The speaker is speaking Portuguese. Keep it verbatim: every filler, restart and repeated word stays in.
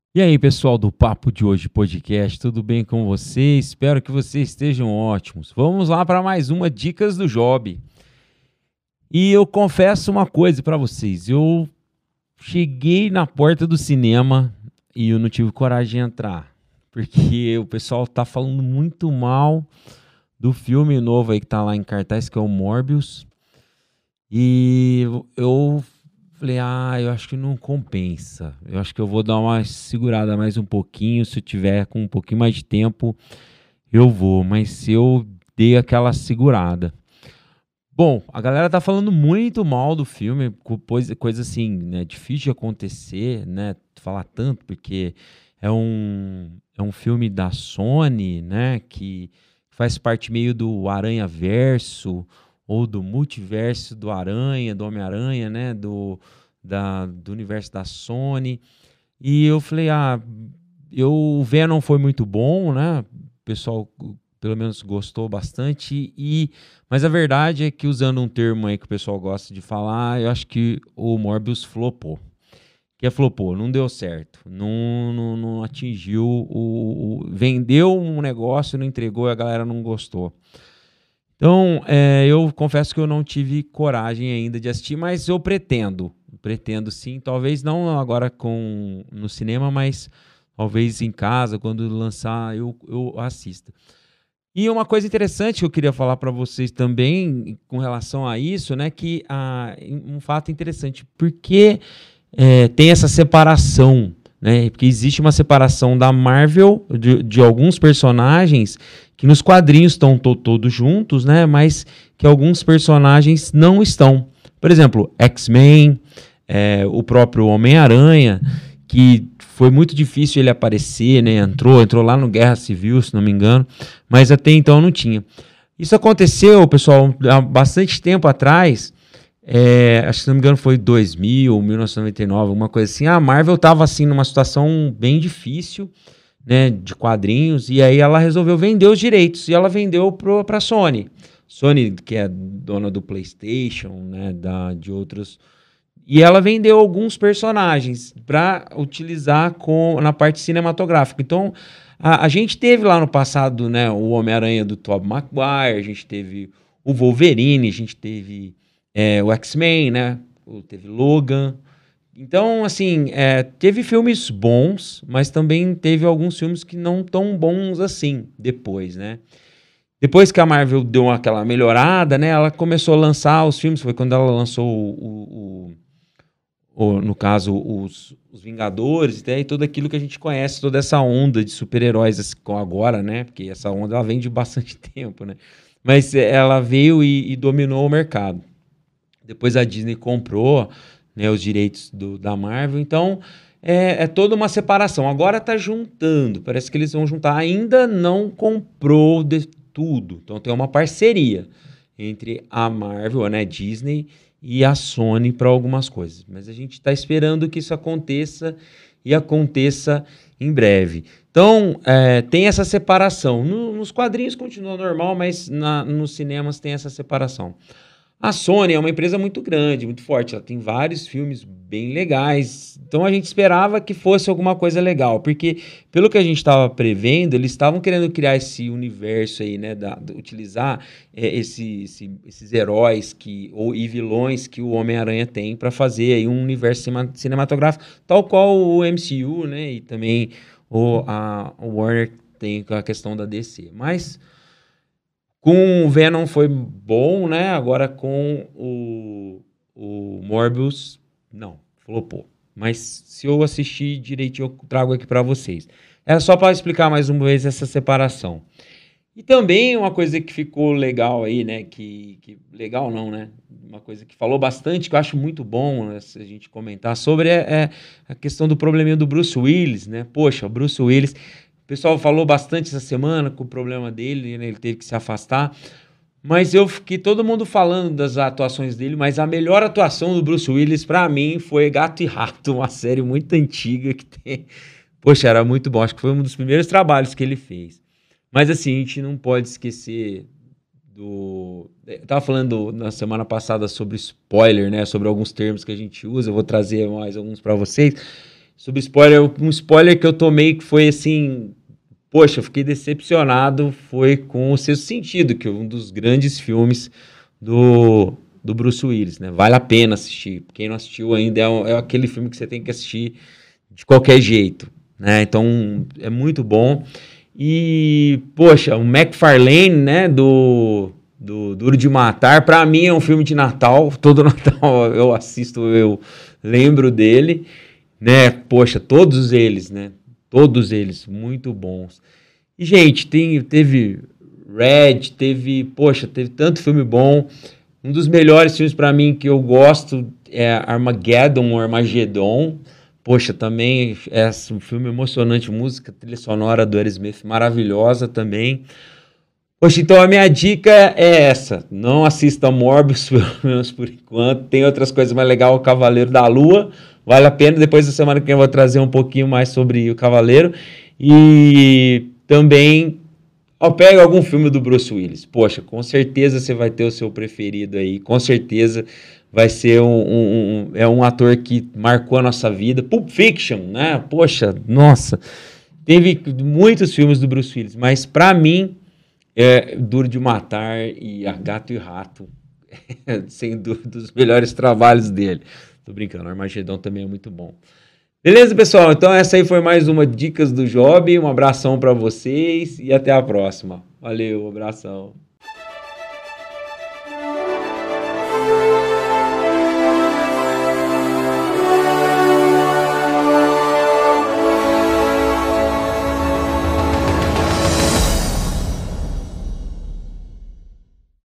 E aí, pessoal do Papo de Hoje Podcast, tudo bem com vocês? Espero que vocês estejam ótimos. Vamos lá para mais uma Dicas do Job. E eu confesso uma coisa para vocês, eu cheguei na porta do cinema e eu não tive coragem de entrar, porque o pessoal tá falando muito mal do filme novo aí que tá lá em cartaz, que é o Morbius. E eu falei, ah, eu acho que não compensa. Eu acho que eu vou dar uma segurada mais um pouquinho. Se eu tiver com um pouquinho mais de tempo, eu vou. Mas eu dei aquela segurada. Bom, a galera tá falando muito mal do filme, coisa, coisa assim, né? Difícil de acontecer, né? Falar tanto, porque é um, é um filme da Sony, né? Que faz parte meio do Aranha-Verso ou do multiverso do Aranha, do Homem-Aranha, né? Do, da, do universo da Sony. E eu falei, ah, eu, o Venom foi muito bom, né? O pessoal pelo menos gostou bastante, e mas a verdade é que, usando um termo aí que o pessoal gosta de falar, eu acho que o Morbius flopou. Que é flopou, não deu certo, não, não, não atingiu, o, o- vendeu um negócio, não entregou e a galera não gostou. Então, é, eu confesso que eu não tive coragem ainda de assistir, mas eu pretendo, pretendo sim, talvez não agora com no cinema, mas talvez em casa, quando lançar, eu, eu assista. E uma coisa interessante que eu queria falar para vocês também com relação a isso, né, que ah, um fato interessante, porque é, tem essa separação, né? Porque existe uma separação da Marvel de, de alguns personagens que nos quadrinhos estão to todos juntos, né? Mas que alguns personagens não estão. Por exemplo, X-Men, é, o próprio Homem-Aranha, que foi muito difícil ele aparecer, né? Entrou, entrou lá no Guerra Civil, se não me engano, mas até então não tinha. Isso aconteceu, pessoal, há bastante tempo atrás. É, acho que, se não me engano, foi dois mil, mil novecentos e noventa e nove, alguma coisa assim. A Marvel estava assim numa situação bem difícil, né, de quadrinhos, e aí ela resolveu vender os direitos, e ela vendeu para a Sony. Sony, que é dona do PlayStation, né, da, de outros. E ela vendeu alguns personagens para utilizar com, na parte cinematográfica. Então, a, a gente teve lá no passado, né, o Homem-Aranha do Tobey Maguire, a gente teve o Wolverine, a gente teve é, o X-Men, né? Teve Logan. Então, assim, é, teve filmes bons, mas também teve alguns filmes que não tão bons assim depois, né? Depois que a Marvel deu aquela melhorada, né? Ela começou a lançar os filmes, foi quando ela lançou o, o, o, o no caso, os, os Vingadores, né, e tudo aquilo que a gente conhece, toda essa onda de super-heróis assim, agora, né? Porque essa onda ela vem de bastante tempo, né? Mas ela veio e, e dominou o mercado. Depois a Disney comprou, né, os direitos do, da Marvel. Então, é, é toda uma separação. Agora está juntando. Parece que eles vão juntar. Ainda não comprou de tudo. Então, tem uma parceria entre a Marvel, né, Disney, e a Sony para algumas coisas. Mas a gente está esperando que isso aconteça e aconteça em breve. Então, é, tem essa separação. No, nos quadrinhos continua normal, mas na, nos cinemas tem essa separação. A Sony é uma empresa muito grande, muito forte. Ela tem vários filmes bem legais. Então a gente esperava que fosse alguma coisa legal, porque pelo que a gente estava prevendo, eles estavam querendo criar esse universo aí, né, da, de utilizar é, esse, esse, esses heróis que ou e vilões que o Homem-Aranha tem para fazer aí um universo cima, cinematográfico, tal qual o M C U, né, e também o a o Warner tem a questão da D C. Mas com o Venom foi bom, né? Agora com o, o Morbius, não, flopou. Mas se eu assistir direitinho, eu trago aqui para vocês. É só para explicar mais uma vez essa separação. E também uma coisa que ficou legal aí, né? Que, que legal não, né? Uma coisa que falou bastante, que eu acho muito bom, né, se a gente comentar sobre, é, é a questão do probleminha do Bruce Willis, né? Poxa, o Bruce Willis. O pessoal falou bastante essa semana com o problema dele, né? Ele teve que se afastar. Mas eu fiquei todo mundo falando das atuações dele, mas a melhor atuação do Bruce Willis, pra mim, foi Gato e Rato, uma série muito antiga que tem. Poxa, era muito bom. Acho que foi um dos primeiros trabalhos que ele fez. Mas assim, a gente não pode esquecer do. Eu tava falando na semana passada sobre spoiler, né? Sobre alguns termos que a gente usa. Eu vou trazer mais alguns para vocês. sobre spoiler, um spoiler que eu tomei que foi assim, poxa, eu fiquei decepcionado, foi com O Sexto Sentido, que é um dos grandes filmes do, do Bruce Willis, né? Vale a pena assistir. Quem não assistiu ainda, é, um, é aquele filme que você tem que assistir de qualquer jeito, né? Então, é muito bom. E, poxa, o McFarlane, né, do, do Duro de Matar, pra mim é um filme de Natal. Todo Natal eu assisto, eu lembro dele, né? Poxa, todos eles, né? Todos eles, muito bons. E, gente, tem, teve Red, teve, poxa, teve tanto filme bom. Um dos melhores filmes pra mim que eu gosto é Armageddon ou Armagedon. Poxa, também é um filme emocionante, música, trilha sonora do Aerosmith maravilhosa também. Poxa, então a minha dica é essa. Não assista Morbius, pelo menos por enquanto. Tem outras coisas mais legais, o Cavaleiro da Lua. Vale a pena. Depois da semana que vem eu vou trazer um pouquinho mais sobre o Cavaleiro. E também, ó, pega algum filme do Bruce Willis. Poxa, com certeza você vai ter o seu preferido aí. Com certeza vai ser um, um, um, é um ator que marcou a nossa vida. Pulp Fiction, né? Poxa, nossa. Teve muitos filmes do Bruce Willis, mas pra mim, é Duro de Matar e A Gato e Rato, sem dúvida, os melhores trabalhos dele. Tô brincando, Armagedon também é muito bom. Beleza, pessoal? Então essa aí foi mais uma Dicas do Job. Um abração pra vocês e até a próxima. Valeu, um abração.